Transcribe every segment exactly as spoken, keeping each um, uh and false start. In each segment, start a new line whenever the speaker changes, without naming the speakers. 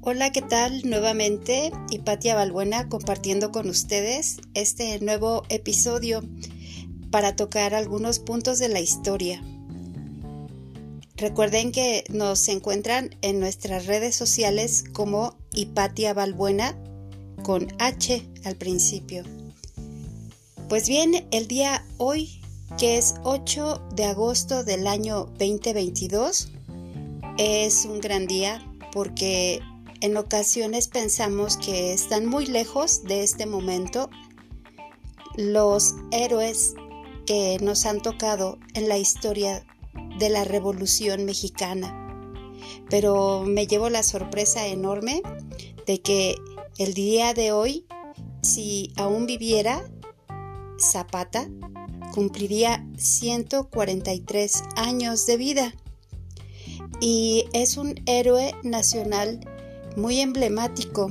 Hola, ¿qué tal? Nuevamente, Hipatia Balbuena compartiendo con ustedes este nuevo episodio para tocar algunos puntos de la historia. Recuerden que nos encuentran en nuestras redes sociales como Hipatia Balbuena con H al principio. Pues bien, el día hoy, que es ocho de agosto del año veinte veintidós, es un gran día porque en ocasiones pensamos que están muy lejos de este momento los héroes que nos han tocado en la historia de la Revolución Mexicana. Pero me llevo la sorpresa enorme de que el día de hoy, si aún viviera, Zapata cumpliría ciento cuarenta y tres años de vida. Y es un héroe nacional muy emblemático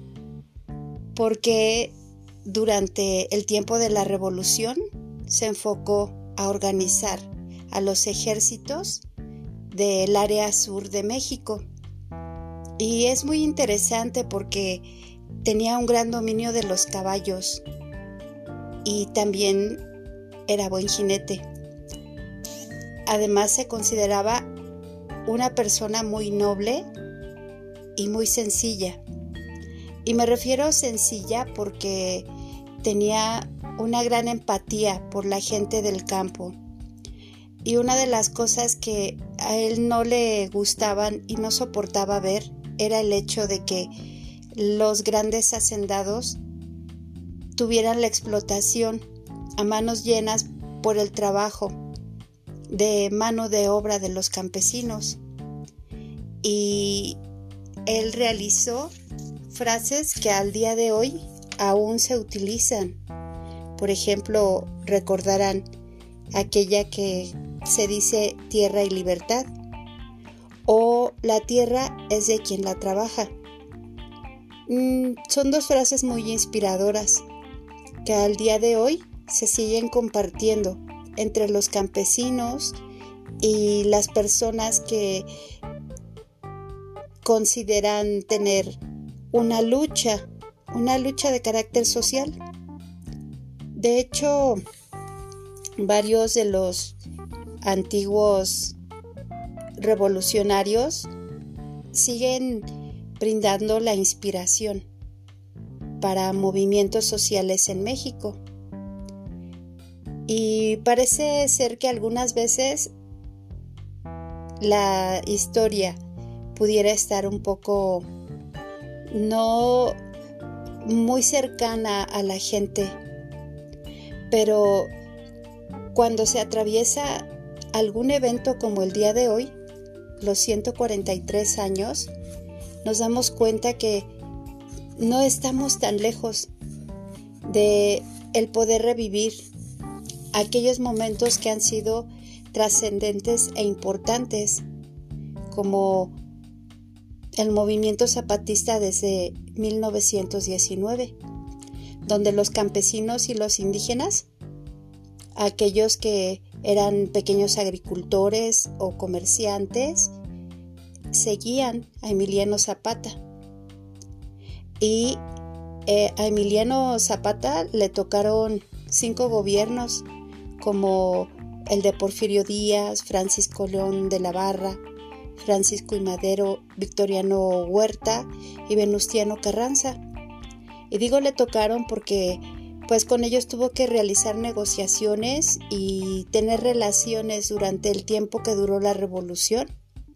porque durante el tiempo de la Revolución se enfocó a organizar a los ejércitos del área sur de México. Y es muy interesante porque tenía un gran dominio de los caballos y también era buen jinete. Además se consideraba una persona muy noble y muy sencilla. Y me refiero sencilla porque tenía una gran empatía por la gente del campo. Y una de las cosas que a él no le gustaban y no soportaba ver era el hecho de que los grandes hacendados tuvieran la explotación a manos llenas por el trabajo de mano de obra de los campesinos. Y él realizó frases que al día de hoy aún se utilizan. Por ejemplo, recordarán aquella que se dice tierra y libertad, o la tierra es de quien la trabaja. Mm, son dos frases muy inspiradoras que al día de hoy se siguen compartiendo entre los campesinos y las personas que consideran tener una lucha, una lucha de carácter social. De hecho, varios de los antiguos revolucionarios siguen brindando la inspiración para movimientos sociales en México. Y parece ser que algunas veces la historia pudiera estar un poco no muy cercana a la gente, pero cuando se atraviesa algún evento como el día de hoy, los ciento cuarenta y tres años, nos damos cuenta que no estamos tan lejos de el poder revivir aquellos momentos que han sido trascendentes e importantes, como el movimiento zapatista desde mil novecientos diecinueve, donde los campesinos y los indígenas, aquellos que eran pequeños agricultores o comerciantes, seguían a Emiliano Zapata. Y eh, a Emiliano Zapata le tocaron cinco gobiernos, como el de Porfirio Díaz, Francisco León de la Barra, Francisco I. Madero, Victoriano Huerta y Venustiano Carranza. Y digo le tocaron porque pues con ellos tuvo que realizar negociaciones y tener relaciones durante el tiempo que duró la revolución.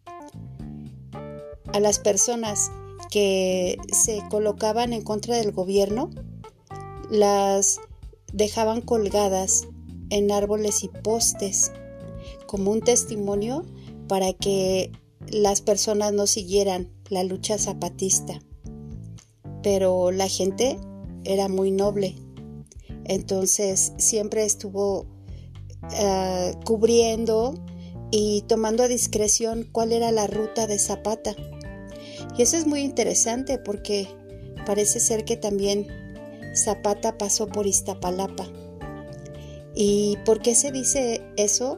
A las personas que se colocaban en contra del gobierno, las dejaban colgadas en árboles y postes como un testimonio para que las personas no siguieran la lucha zapatista. Pero la gente era muy noble, entonces siempre estuvo uh, cubriendo y tomando a discreción cuál era la ruta de Zapata. Y eso es muy interesante porque parece ser que también Zapata pasó por Iztapalapa. ¿Y por qué se dice eso?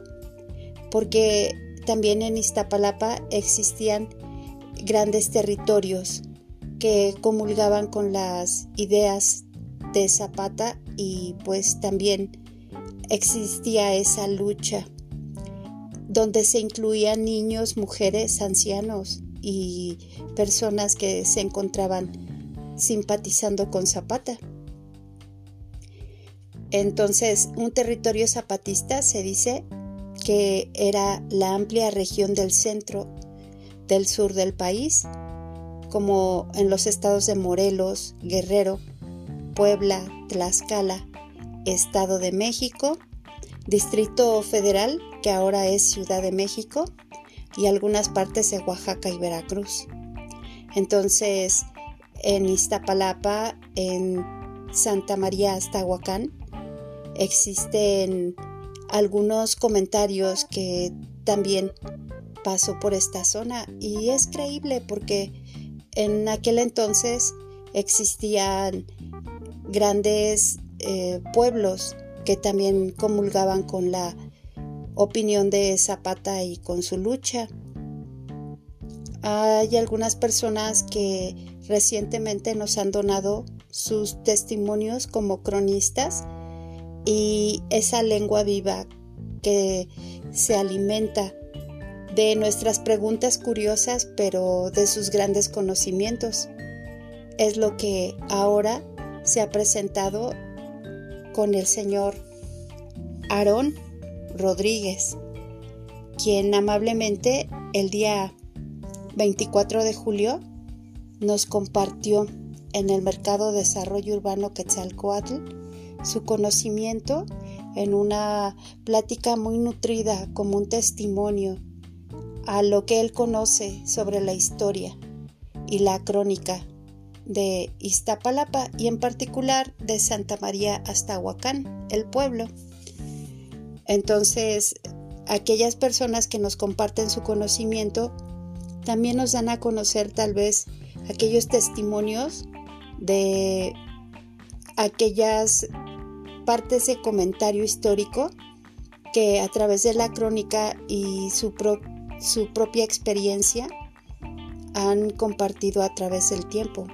Porque también en Iztapalapa existían grandes territorios que comulgaban con las ideas de Zapata, y pues también existía esa lucha donde se incluían niños, mujeres, ancianos y personas que se encontraban simpatizando con Zapata. Entonces, un territorio zapatista se dice que era la amplia región del centro, del sur del país, como en los estados de Morelos, Guerrero, Puebla, Tlaxcala, Estado de México, Distrito Federal, que ahora es Ciudad de México, y algunas partes de Oaxaca y Veracruz. Entonces, en Iztapalapa, en Santa María Aztahuacán, existen algunos comentarios que también pasó por esta zona, y es creíble porque en aquel entonces existían grandes eh, pueblos que también comulgaban con la opinión de Zapata y con su lucha. Hay algunas personas que recientemente nos han donado sus testimonios como cronistas, y esa lengua viva que se alimenta de nuestras preguntas curiosas, pero de sus grandes conocimientos, es lo que ahora se ha presentado con el señor Aarón Rodríguez, quien amablemente el día veinticuatro de julio nos compartió en el Mercado de Desarrollo Urbano Quetzalcóatl su conocimiento en una plática muy nutrida, como un testimonio a lo que él conoce sobre la historia y la crónica de Iztapalapa, y en particular de Santa María Aztahuacán, el pueblo. Entonces, aquellas personas que nos comparten su conocimiento también nos dan a conocer tal vez aquellos testimonios de aquellas partes de comentario histórico que a través de la crónica y su, pro, su propia experiencia han compartido a través del tiempo.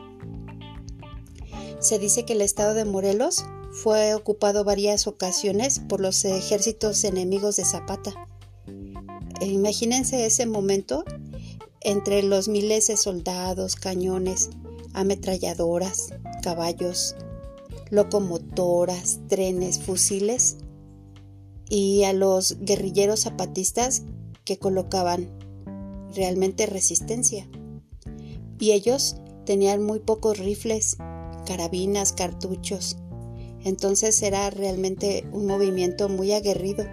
Se dice que el estado de Morelos fue ocupado varias ocasiones por los ejércitos enemigos de Zapata. E imagínense ese momento entre los miles de soldados, cañones, ametralladoras, caballos, locomotoras, trenes, fusiles, y a los guerrilleros zapatistas que colocaban realmente resistencia. Y ellos tenían muy pocos rifles, carabinas, cartuchos. Entonces era realmente un movimiento muy aguerrido.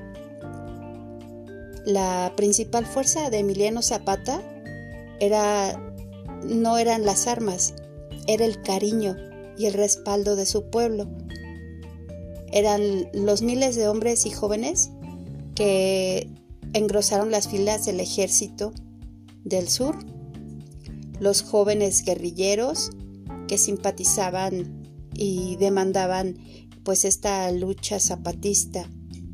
La principal fuerza de Emiliano Zapata era, no eran las armas, era el cariño y el respaldo de su pueblo. Eran los miles de hombres y jóvenes que engrosaron las filas del ejército del sur, los jóvenes guerrilleros que simpatizaban y demandaban pues esta lucha zapatista,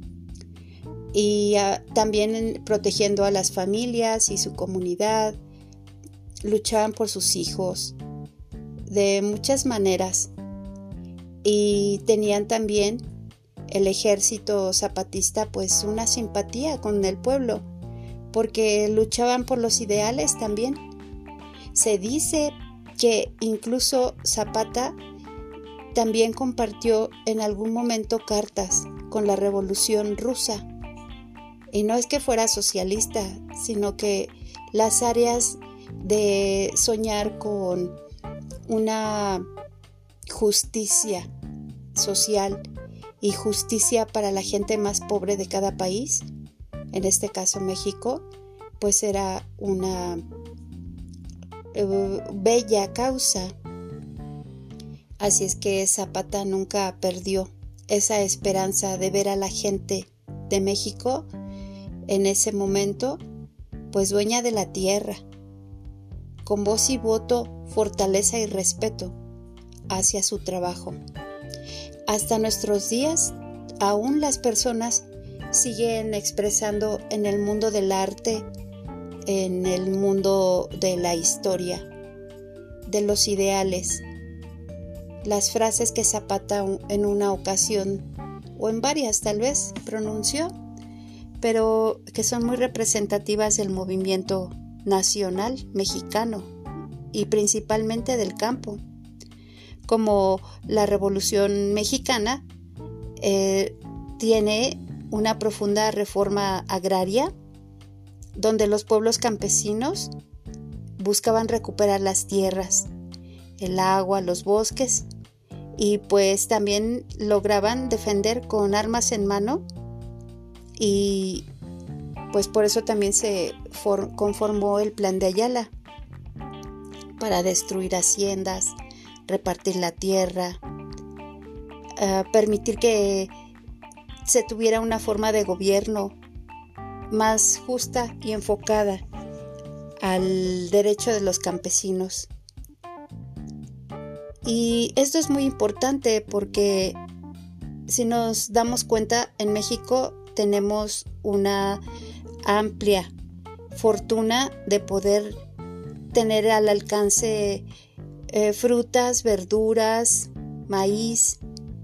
y uh, también protegiendo a las familias y su comunidad, luchaban por sus hijos de muchas maneras, y tenían también el ejército zapatista pues una simpatía con el pueblo porque luchaban por los ideales también. Se dice que incluso Zapata también compartió en algún momento cartas con la Revolución Rusa, y no es que fuera socialista, sino que las áreas de soñar con una justicia social y justicia para la gente más pobre de cada país, en este caso México, pues era una eh, bella causa. Así es que Zapata nunca perdió esa esperanza de ver a la gente de México en ese momento pues dueña de la tierra, con voz y voto, fortaleza y respeto hacia su trabajo. Hasta nuestros días, aún las personas siguen expresando en el mundo del arte, en el mundo de la historia, de los ideales, las frases que Zapata en una ocasión, o en varias tal vez, pronunció, pero que son muy representativas del movimiento nacional mexicano y principalmente del campo, como la Revolución Mexicana eh, tiene una profunda reforma agraria donde los pueblos campesinos buscaban recuperar las tierras, el agua, los bosques, y pues también lograban defender con armas en mano, y pues por eso también se for- conformó el Plan de Ayala para destruir haciendas, repartir la tierra, uh, permitir que se tuviera una forma de gobierno más justa y enfocada al derecho de los campesinos. Y esto es muy importante porque si nos damos cuenta, en México tenemos una amplia fortuna de poder tener al alcance eh, frutas, verduras, maíz,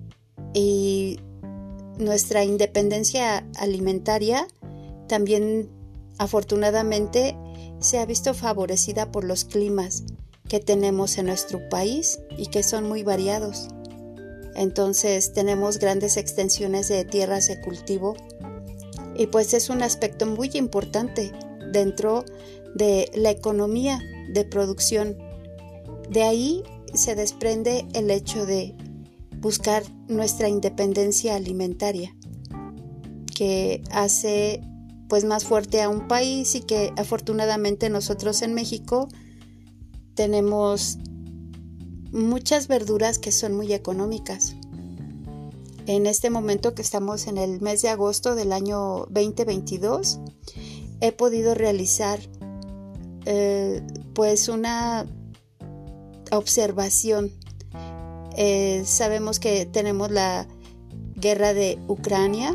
y nuestra independencia alimentaria también afortunadamente se ha visto favorecida por los climas que tenemos en nuestro país y que son muy variados. Entonces tenemos grandes extensiones de tierras de cultivo y pues es un aspecto muy importante dentro de la economía de producción. De ahí se desprende el hecho de buscar nuestra independencia alimentaria, que hace pues más fuerte a un país y que afortunadamente nosotros en México tenemos muchas verduras que son muy económicas. En este momento que estamos en el mes de agosto del año veinte veintidós, he podido realizar eh, pues una observación. Eh, sabemos que tenemos la guerra de Ucrania,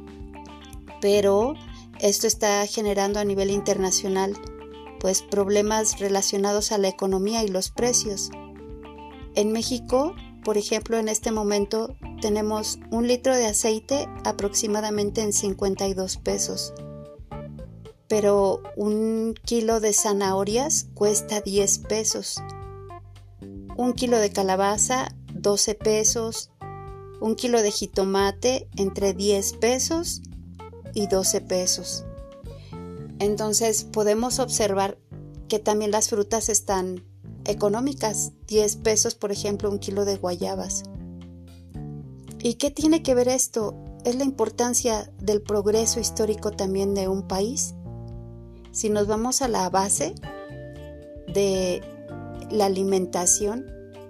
pero esto está generando a nivel internacional pues problemas relacionados a la economía y los precios. En México, por ejemplo, en este momento tenemos un litro de aceite aproximadamente en cincuenta y dos pesos, pero un kilo de zanahorias cuesta diez pesos, un kilo de calabaza doce pesos, un kilo de jitomate entre diez pesos y doce pesos. Entonces podemos observar que también las frutas están económicas, diez pesos por ejemplo un kilo de guayabas. ¿Y qué tiene que ver esto? Es la importancia del progreso histórico también de un país. Si nos vamos a la base de la alimentación,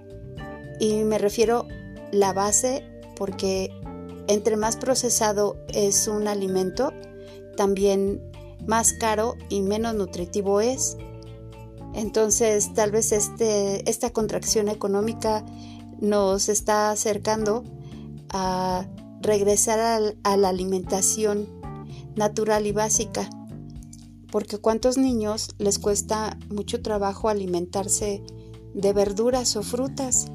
y me refiero la base porque entre más procesado es un alimento, también más caro y menos nutritivo es. Entonces, tal vez este, esta contracción económica nos está acercando a regresar a, a la alimentación natural y básica, porque ¿cuántos niños les cuesta mucho trabajo alimentarse de verduras o frutas?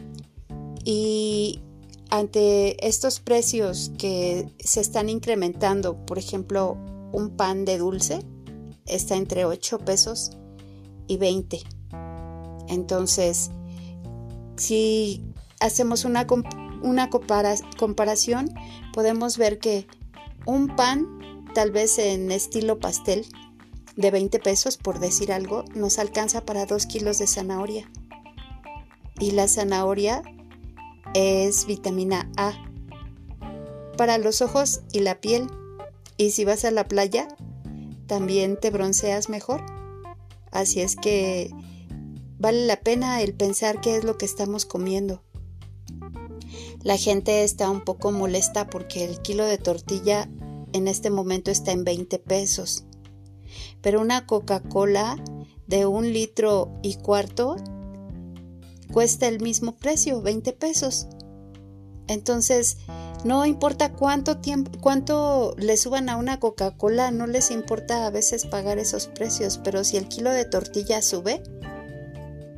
Y ante estos precios que se están incrementando, por ejemplo, un pan de dulce está entre ocho pesos y veinte. Entonces, si hacemos una, una compara- comparación, podemos ver que un pan, tal vez en estilo pastel, de veinte pesos, por decir algo, nos alcanza para dos kilos de zanahoria. Y la zanahoria es vitamina A para los ojos y la piel. Y si vas a la playa, también te bronceas mejor. Así es que vale la pena el pensar qué es lo que estamos comiendo. La gente está un poco molesta porque el kilo de tortilla en este momento está en veinte pesos. Pero una Coca-Cola de un litro y cuarto cuesta el mismo precio, veinte pesos. Entonces, no importa cuánto tiempo, cuánto le suban a una Coca-Cola, no les importa a veces pagar esos precios, pero si el kilo de tortilla sube,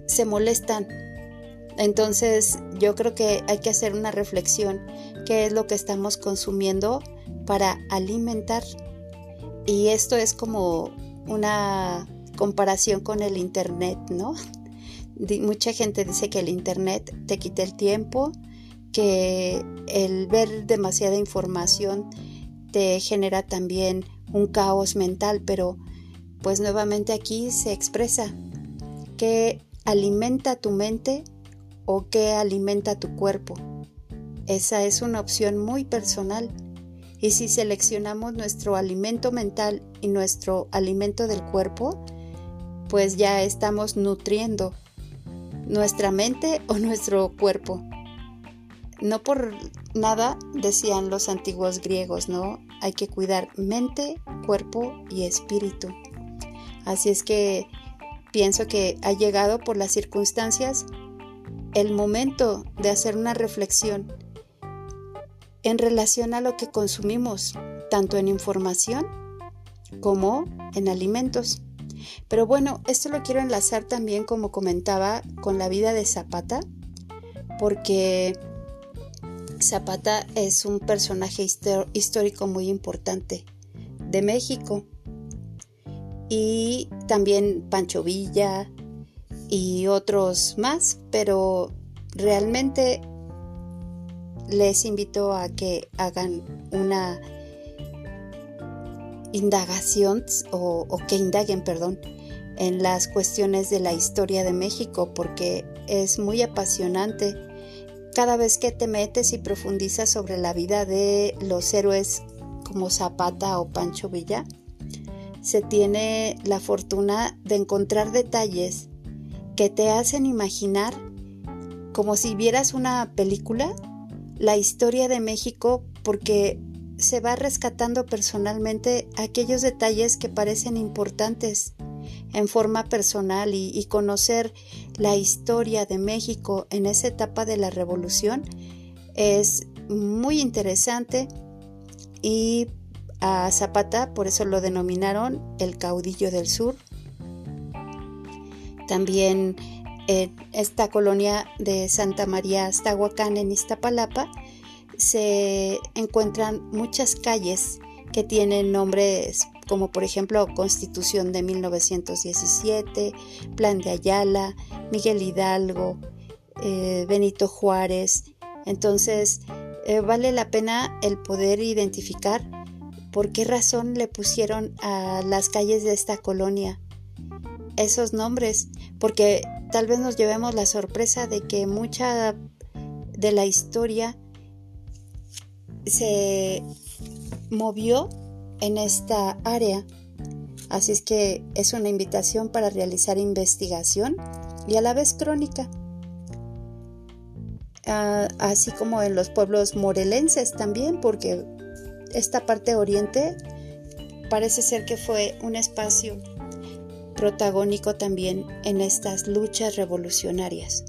se molestan. Entonces yo creo que hay que hacer una reflexión, qué es lo que estamos consumiendo para alimentar. Y esto es como una comparación con el internet, ¿no? Mucha gente dice que el internet te quita el tiempo, que el ver demasiada información te genera también un caos mental, pero pues nuevamente aquí se expresa qué alimenta tu mente o qué alimenta tu cuerpo. Esa es una opción muy personal. Y si seleccionamos nuestro alimento mental y nuestro alimento del cuerpo, pues ya estamos nutriendo nuestra mente o nuestro cuerpo. No por nada decían los antiguos griegos, ¿no? Hay que cuidar mente, cuerpo y espíritu. Así es que pienso que ha llegado por las circunstancias el momento de hacer una reflexión en relación a lo que consumimos, tanto en información como en alimentos. Pero bueno, esto lo quiero enlazar también, como comentaba, con la vida de Zapata, porque Zapata es un personaje histórico muy importante de México, y también Pancho Villa y otros más, pero realmente les invito a que hagan una indagación o, o que indaguen, perdón, en las cuestiones de la historia de México, porque es muy apasionante. Cada vez que te metes y profundizas sobre la vida de los héroes como Zapata o Pancho Villa, se tiene la fortuna de encontrar detalles que te hacen imaginar, como si vieras una película, la historia de México, porque se va rescatando personalmente aquellos detalles que parecen importantes en forma personal, y, y conocer la historia de México en esa etapa de la revolución es muy interesante. Y a Zapata por eso lo denominaron el caudillo del sur. También en esta colonia de Santa María Aztahuacán, en Iztapalapa, se encuentran muchas calles que tienen nombres como por ejemplo Constitución de mil novecientos diecisiete, Plan de Ayala, Miguel Hidalgo, eh, Benito Juárez. Entonces eh, vale la pena el poder identificar por qué razón le pusieron a las calles de esta colonia esos nombres, porque tal vez nos llevemos la sorpresa de que mucha de la historia se movió en esta área. Así es que es una invitación para realizar investigación y a la vez crónica, uh, así como en los pueblos morelenses también, porque esta parte oriente parece ser que fue un espacio protagónico también en estas luchas revolucionarias.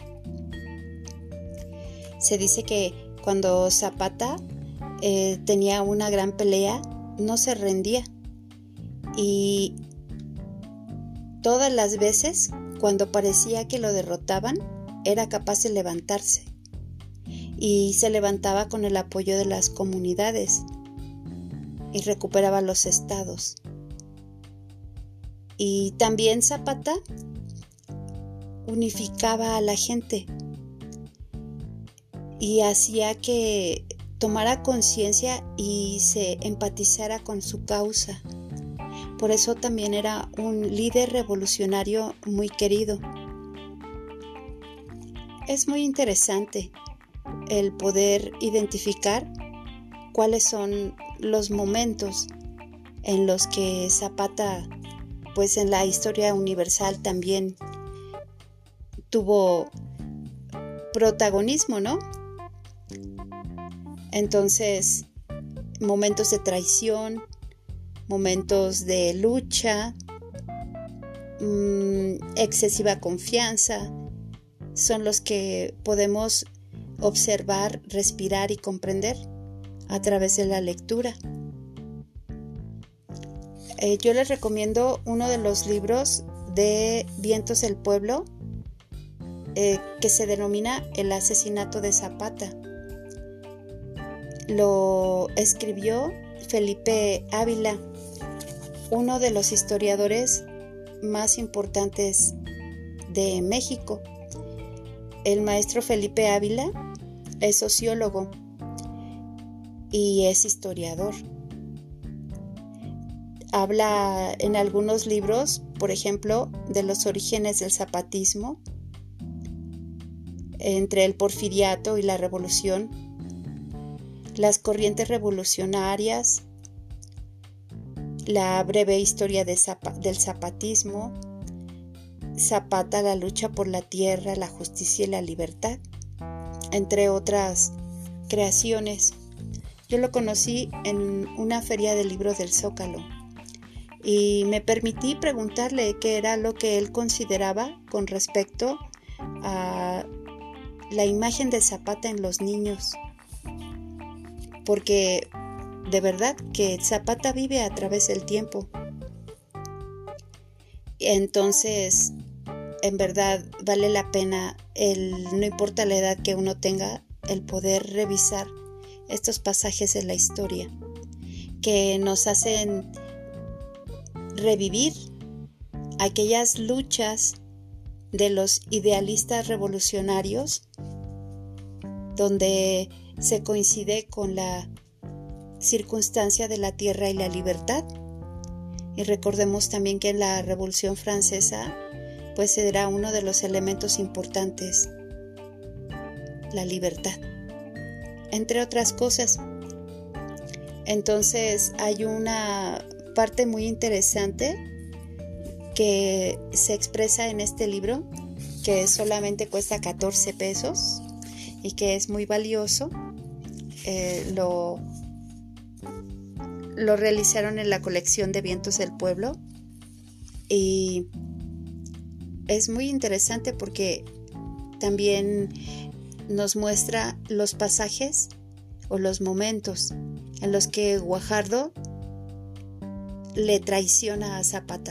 Se dice que cuando Zapata eh, tenía una gran pelea, no se rendía, y todas las veces cuando parecía que lo derrotaban, era capaz de levantarse, y se levantaba con el apoyo de las comunidades y recuperaba los estados. Y también Zapata unificaba a la gente y hacía que tomara conciencia y se empatizara con su causa. Por eso también era un líder revolucionario muy querido. Es muy interesante el poder identificar cuáles son los momentos en los que Zapata, pues en la historia universal también tuvo protagonismo, ¿no? Entonces, momentos de traición, momentos de lucha, mmm, excesiva confianza, son los que podemos observar, respirar y comprender a través de la lectura. Eh, yo les recomiendo uno de los libros de Vientos del Pueblo, eh, que se denomina El asesinato de Zapata. Lo escribió Felipe Ávila, uno de los historiadores más importantes de México. El maestro Felipe Ávila es sociólogo y es historiador. Habla en algunos libros, por ejemplo, de los orígenes del zapatismo, entre el porfiriato y la revolución, las corrientes revolucionarias, la breve historia de Zap- del zapatismo, Zapata, la lucha por la tierra, la justicia y la libertad, entre otras creaciones. Yo lo conocí en una feria de libros del Zócalo y me permití preguntarle qué era lo que él consideraba con respecto a la imagen de Zapata en los niños, porque de verdad que Zapata vive a través del tiempo. Entonces, en verdad vale la pena, el, no importa la edad que uno tenga, el poder revisar estos pasajes de la historia que nos hacen revivir aquellas luchas de los idealistas revolucionarios, donde se coincide con la circunstancia de la tierra y la libertad. Y recordemos también que en la Revolución Francesa pues era uno de los elementos importantes, la libertad, entre otras cosas. Entonces hay una parte muy interesante que se expresa en este libro, que solamente cuesta catorce pesos y que es muy valioso. Eh, lo, lo realizaron en la colección de Vientos del Pueblo y es muy interesante porque también nos muestra los pasajes o los momentos en los que Guajardo le traiciona a Zapata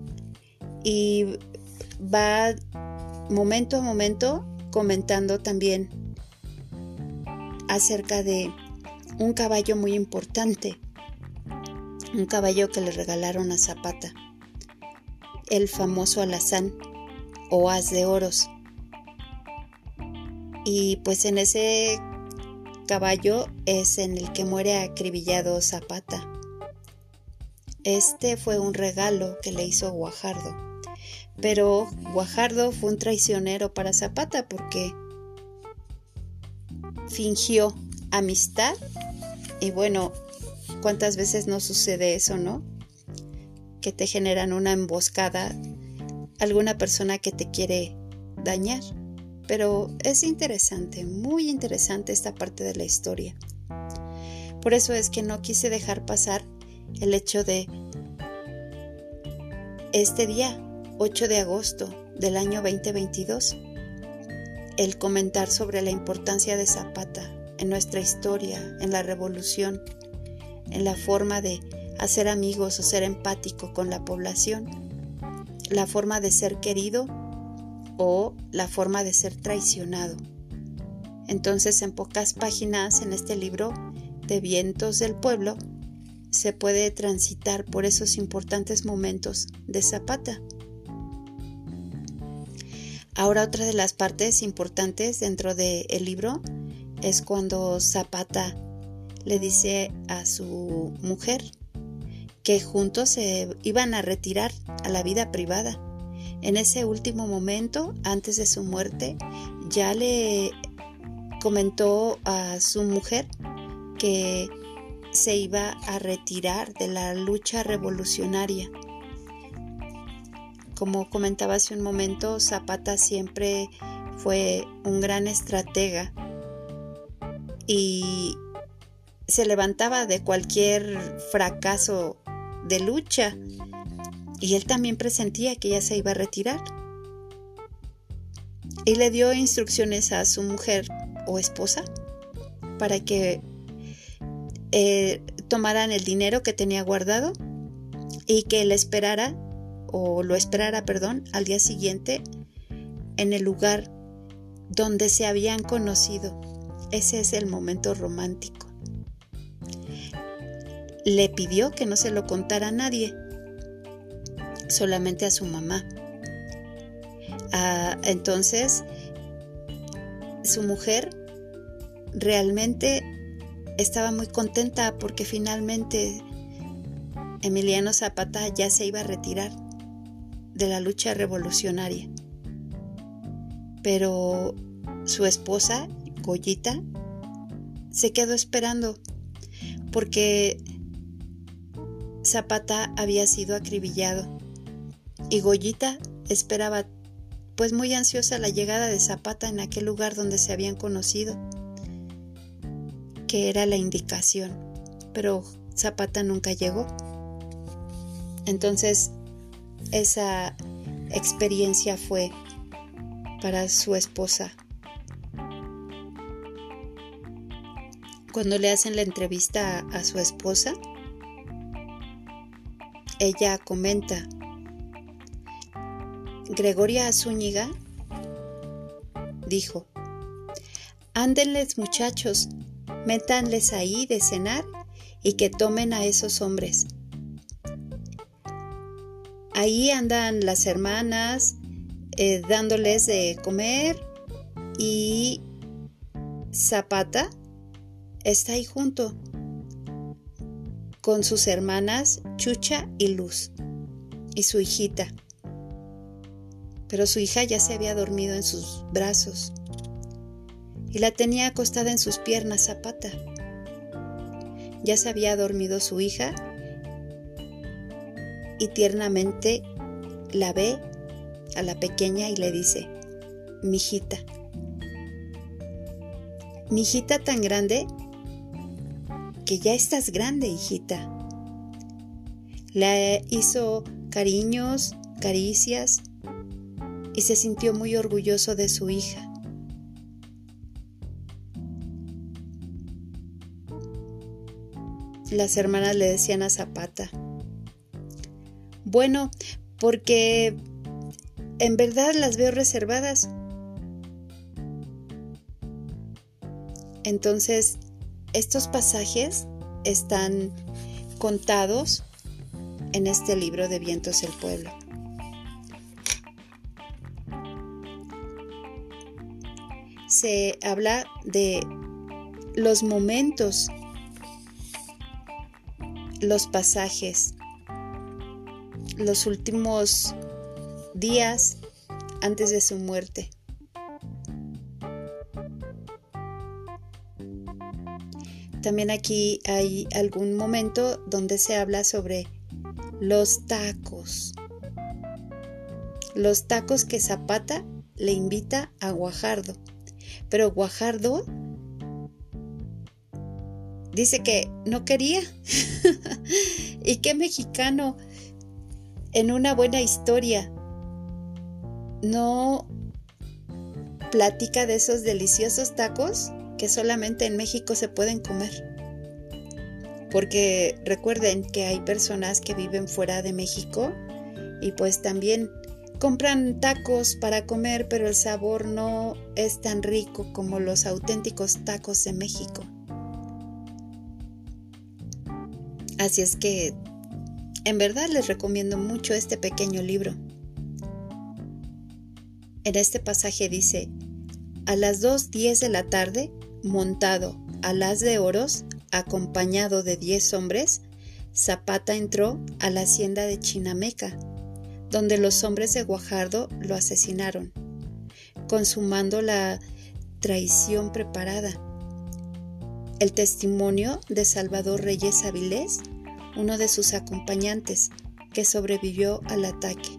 y va momento a momento comentando también acerca de un caballo muy importante, un caballo que le regalaron a Zapata, el famoso alazán o as de oros. Y pues en ese caballo es en el que muere acribillado Zapata. Este fue un regalo que le hizo Guajardo, pero Guajardo fue un traicionero para Zapata porque fingió amistad y bueno, ¿cuántas veces no sucede eso, no? Que te generan una emboscada, alguna persona que te quiere dañar. Pero es interesante, muy interesante esta parte de la historia. Por eso es que no quise dejar pasar el hecho de este día, ocho de agosto del año veinte veintidós, el comentar sobre la importancia de Zapata en nuestra historia, en la revolución, en la forma de hacer amigos o ser empático con la población, la forma de ser querido o la forma de ser traicionado. Entonces, en pocas páginas en este libro de Vientos del Pueblo se puede transitar por esos importantes momentos de Zapata. Ahora, otra de las partes importantes dentro del libro es cuando Zapata le dice a su mujer que juntos se iban a retirar a la vida privada. En ese último momento, antes de su muerte, ya le comentó a su mujer que se iba a retirar de la lucha revolucionaria. Como comentaba hace un momento, Zapata siempre fue un gran estratega y se levantaba de cualquier fracaso de lucha. Y él también presentía que ella se iba a retirar. Y le dio instrucciones a su mujer o esposa para que eh, tomaran el dinero que tenía guardado y que le esperara, o lo esperara, perdón, al día siguiente en el lugar donde se habían conocido. Ese es el momento romántico. Le pidió que no se lo contara a nadie, solamente a su mamá. Ah, entonces, su mujer realmente estaba muy contenta porque finalmente Emiliano Zapata ya se iba a retirar de la lucha revolucionaria. Pero su esposa, Goyita, se quedó esperando porque Zapata había sido acribillado y Goyita esperaba, pues muy ansiosa, la llegada de Zapata en aquel lugar donde se habían conocido, que era la indicación, pero Zapata nunca llegó. Entonces esa experiencia fue para su esposa. Cuando le hacen la entrevista a, a su esposa, ella comenta: Gregoria Zúñiga dijo: ándenles muchachos, métanles ahí de cenar y que tomen a esos hombres. Ahí andan las hermanas eh, dándoles de comer y Zapata está ahí junto con sus hermanas Chucha y Luz y su hijita. Pero su hija ya se había dormido en sus brazos y la tenía acostada en sus piernas Zapata. Ya se había dormido su hija y tiernamente la ve a la pequeña y le dice: mijita, mijita tan grande que ya estás grande, hijita. Le hizo cariños, caricias y se sintió muy orgulloso de su hija. Las hermanas le decían a Zapata: bueno, porque en verdad las veo reservadas. Entonces, estos pasajes están contados en este libro de Vientos del Pueblo. Se habla de los momentos, los pasajes, los últimos días antes de su muerte. También aquí hay algún momento donde se habla sobre los tacos. Los tacos que Zapata le invita a Guajardo. Pero Guajardo dice que no quería. ¿Y qué mexicano en una buena historia no platica de esos deliciosos tacos que solamente en México se pueden comer? Porque recuerden que hay personas que viven fuera de México y pues también compran tacos para comer, pero el sabor no es tan rico como los auténticos tacos de México. Así es que en verdad les recomiendo mucho este pequeño libro. En este pasaje dice: a las dos diez de la tarde, montado a las de oros, acompañado de diez hombres, Zapata entró a la hacienda de Chinameca, donde los hombres de Guajardo lo asesinaron, consumando la traición preparada. El testimonio de Salvador Reyes Avilés, uno de sus acompañantes, que sobrevivió al ataque.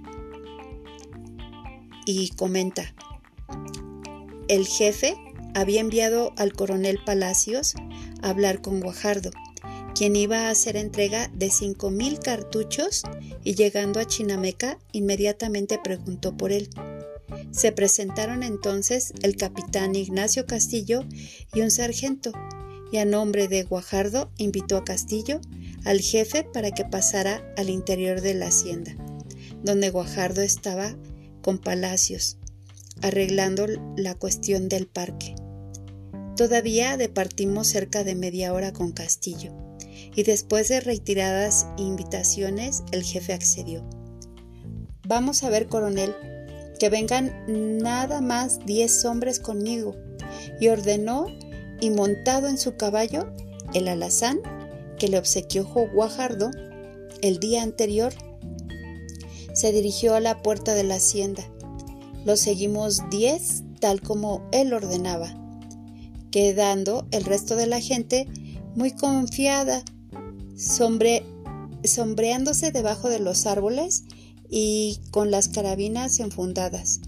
Y comenta: el jefe había enviado al coronel Palacios a hablar con Guajardo, quien iba a hacer entrega de cinco mil cartuchos, y llegando a Chinameca inmediatamente preguntó por él. Se presentaron entonces el capitán Ignacio Castillo y un sargento, y a nombre de Guajardo invitó a Castillo al jefe para que pasara al interior de la hacienda, donde Guajardo estaba con Palacios, arreglando la cuestión del parque. Todavía departimos cerca de media hora con Castillo, y después de reiteradas invitaciones, el jefe accedió. Vamos a ver, coronel, que vengan nada más diez hombres conmigo, y ordenó, y montado en su caballo, el alazán que le obsequió Guajardo el día anterior, se dirigió a la puerta de la hacienda. Lo seguimos diez, tal como él ordenaba, quedando el resto de la gente muy confiada, sombre, sombreándose debajo de los árboles y con las carabinas enfundadas.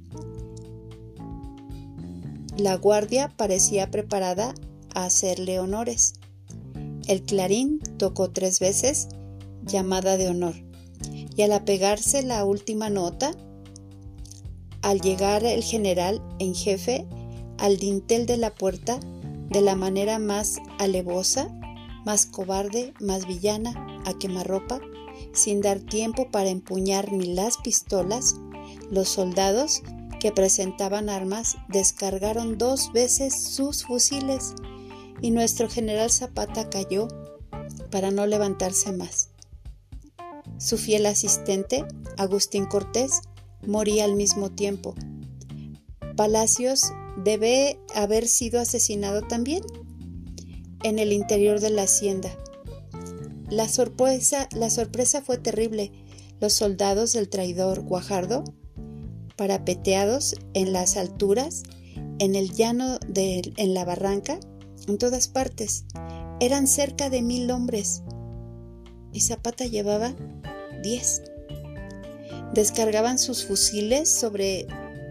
La guardia parecía preparada a hacerle honores. El clarín tocó tres veces, llamada de honor, y al apegarse la última nota, al llegar el general en jefe al dintel de la puerta, de la manera más alevosa, más cobarde, más villana, a quemarropa, sin dar tiempo para empuñar ni las pistolas, los soldados que presentaban armas descargaron dos veces sus fusiles, y nuestro general Zapata cayó para no levantarse más. Su fiel asistente, Agustín Cortés, moría al mismo tiempo. Palacios debe haber sido asesinado también en el interior de la hacienda. La sorpresa, la sorpresa fue terrible. Los soldados del traidor Guajardo, parapeteados en las alturas, en el llano, de, en la barranca, en todas partes, eran cerca de mil hombres, y Zapata llevaba diez. Descargaban sus fusiles sobre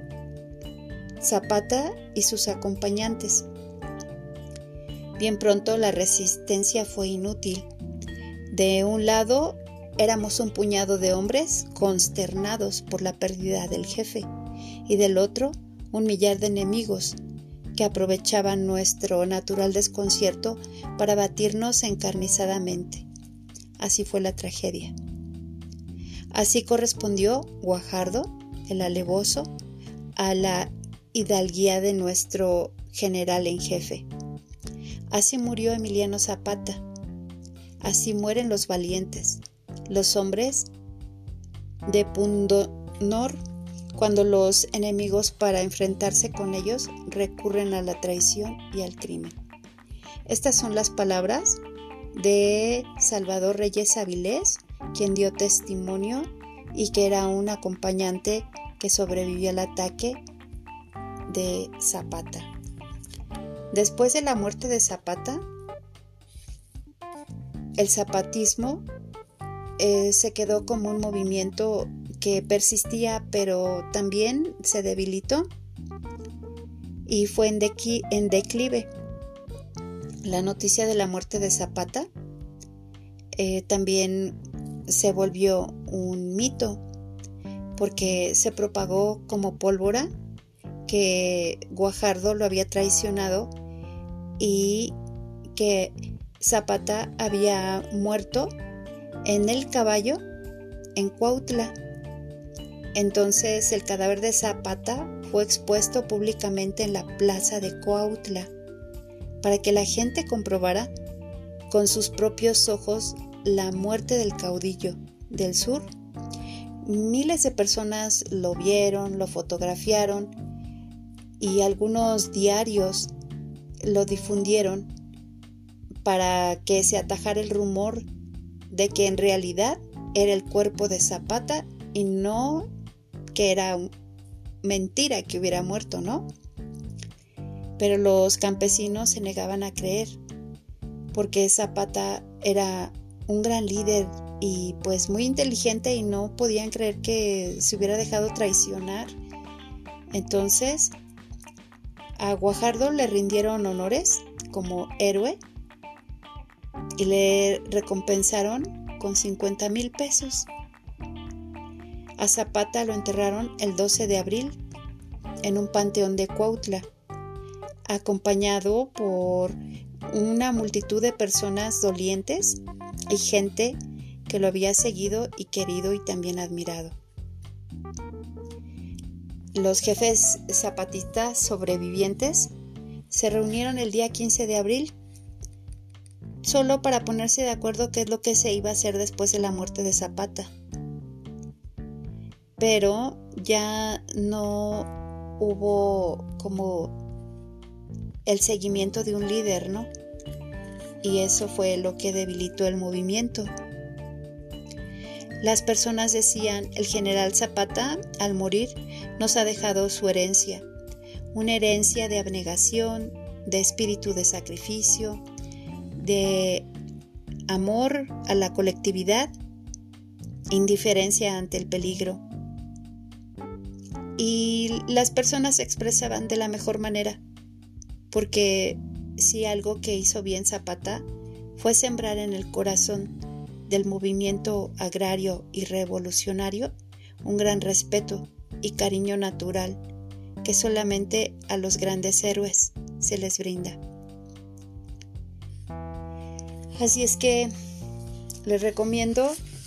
Zapata y sus acompañantes. Bien pronto la resistencia fue inútil. De un lado éramos un puñado de hombres consternados por la pérdida del jefe, y del otro un millar de enemigos que aprovechaban nuestro natural desconcierto para batirnos encarnizadamente. Así fue la tragedia. Así correspondió Guajardo, el alevoso, a la hidalguía de nuestro general en jefe. Así murió Emiliano Zapata. Así mueren los valientes, los hombres de pundonor, cuando los enemigos, para enfrentarse con ellos, recurren a la traición y al crimen. Estas son las palabras de Salvador Reyes Avilés, quien dio testimonio y que era un acompañante que sobrevivió al ataque de Zapata. Después de la muerte de Zapata, el zapatismo eh, se quedó como un movimiento que persistía, pero también se debilitó y fue en, dequi, en declive. La noticia de la muerte de Zapata eh, también se volvió un mito, porque se propagó como pólvora que Guajardo lo había traicionado y que Zapata había muerto en el caballo en Cuautla. Entonces el cadáver de Zapata fue expuesto públicamente en la plaza de Cuautla para que la gente comprobara con sus propios ojos la muerte del caudillo del sur. Miles de personas lo vieron, lo fotografiaron, y algunos diarios lo difundieron para que se atajara el rumor de que en realidad era el cuerpo de Zapata y no que era mentira que hubiera muerto, ¿no? Pero los campesinos se negaban a creer, porque Zapata era un gran líder y pues muy inteligente, y no podían creer que se hubiera dejado traicionar. Entonces a Guajardo le rindieron honores como héroe y le recompensaron con cincuenta mil pesos. A Zapata lo enterraron el doce de abril en un panteón de Cuautla, acompañado por una multitud de personas dolientes y gente que lo había seguido y querido y también admirado. los jefes zapatistas sobrevivientes se reunieron el día quince de abril solo para ponerse de acuerdo qué es lo que se iba a hacer después de la muerte de Zapata. Pero ya no hubo como el seguimiento de un líder, ¿no? Y eso fue lo que debilitó el movimiento. Las personas decían, el general Zapata, al morir, nos ha dejado su herencia, una herencia de abnegación, de espíritu de sacrificio, de amor a la colectividad, indiferencia ante el peligro. Y las personas se expresaban de la mejor manera, porque si algo que hizo bien Zapata fue sembrar en el corazón del movimiento agrario y revolucionario un gran respeto y cariño natural que solamente a los grandes héroes se les brinda. Así es que les recomiendo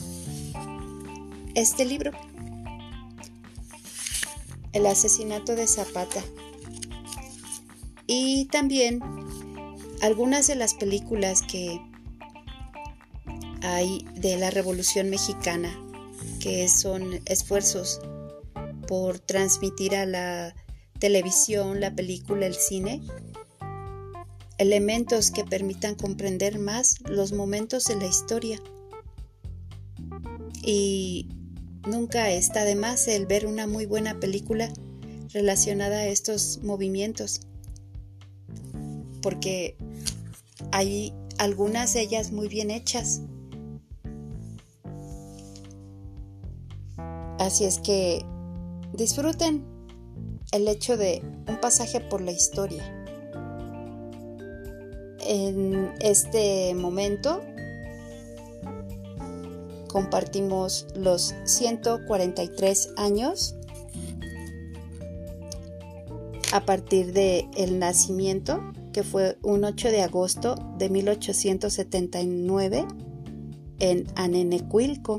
este libro, El asesinato de Zapata, y también algunas de las películas que hay de la Revolución Mexicana, que son esfuerzos por transmitir a la televisión, la película, el cine, elementos que permitan comprender más los momentos de la historia. Y nunca está de más el ver una muy buena película relacionada a estos movimientos, porque hay algunas de ellas muy bien hechas. Así es que disfruten el hecho de un pasaje por la historia. En este momento compartimos los ciento cuarenta y tres años a partir del nacimiento, que fue un ocho de agosto de mil ochocientos setenta y nueve en Anenecuilco.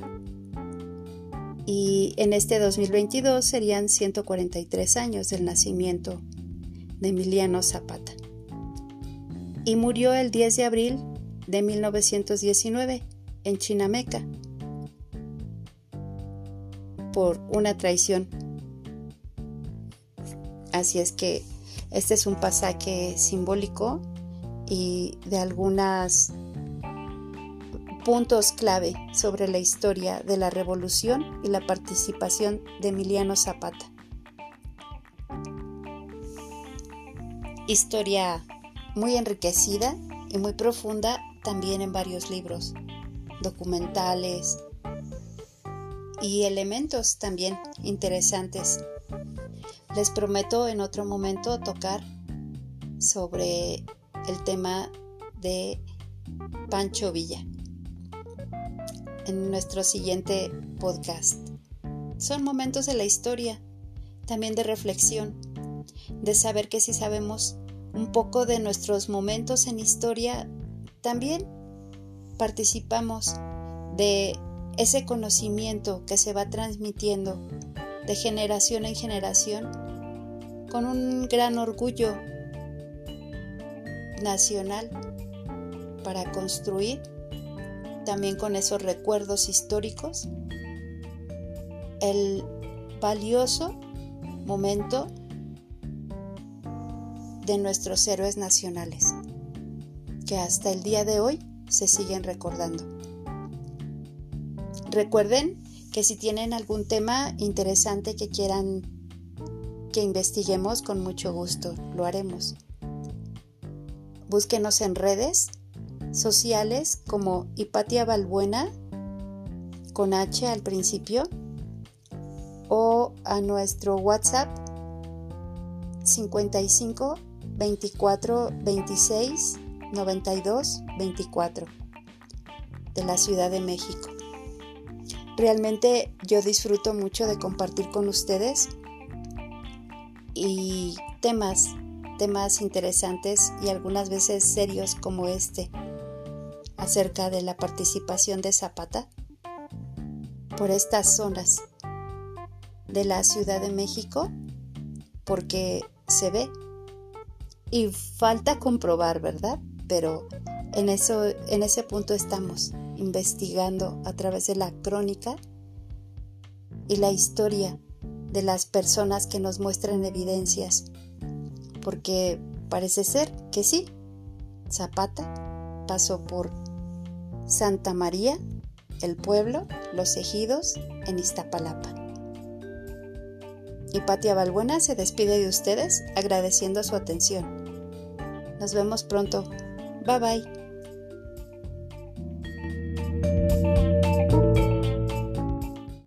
Y en este dos mil veintidós serían ciento cuarenta y tres años del nacimiento de Emiliano Zapata. Y murió el diez de abril de mil novecientos diecinueve en Chinameca por una traición. Así es que este es un pasaje simbólico y de algunos puntos clave sobre la historia de la revolución y la participación de Emiliano Zapata. Historia muy enriquecida y muy profunda también en varios libros, documentales y elementos también interesantes. Les prometo en otro momento tocar sobre el tema de Pancho Villa en nuestro siguiente podcast. Son momentos de la historia, también de reflexión, de saber que si sabemos un poco de nuestros momentos en historia, también participamos de ese conocimiento que se va transmitiendo de generación en generación con un gran orgullo nacional para construir también con esos recuerdos históricos el valioso momento de nuestros héroes nacionales que hasta el día de hoy se siguen recordando. Recuerden que si tienen algún tema interesante que quieran que investiguemos, con mucho gusto lo haremos. Búsquenos en redes sociales como Hipatia Balbuena con H al principio, o a nuestro WhatsApp cincuenta y cinco veinticuatro veintiséis noventa y dos veinticuatro de la Ciudad de México. Realmente yo disfruto mucho de compartir con ustedes y temas, temas interesantes y algunas veces serios como este, acerca de la participación de Zapata por estas zonas de la Ciudad de México, porque se ve. Y falta comprobar, ¿verdad? Pero en eso, en ese punto estamos, investigando a través de la crónica y la historia de las personas que nos muestran evidencias, porque parece ser que sí, Zapata pasó por Santa María, el pueblo, Los Ejidos, en Iztapalapa. Y Patia Balbuena se despide de ustedes agradeciendo su atención. Nos vemos pronto. Bye bye.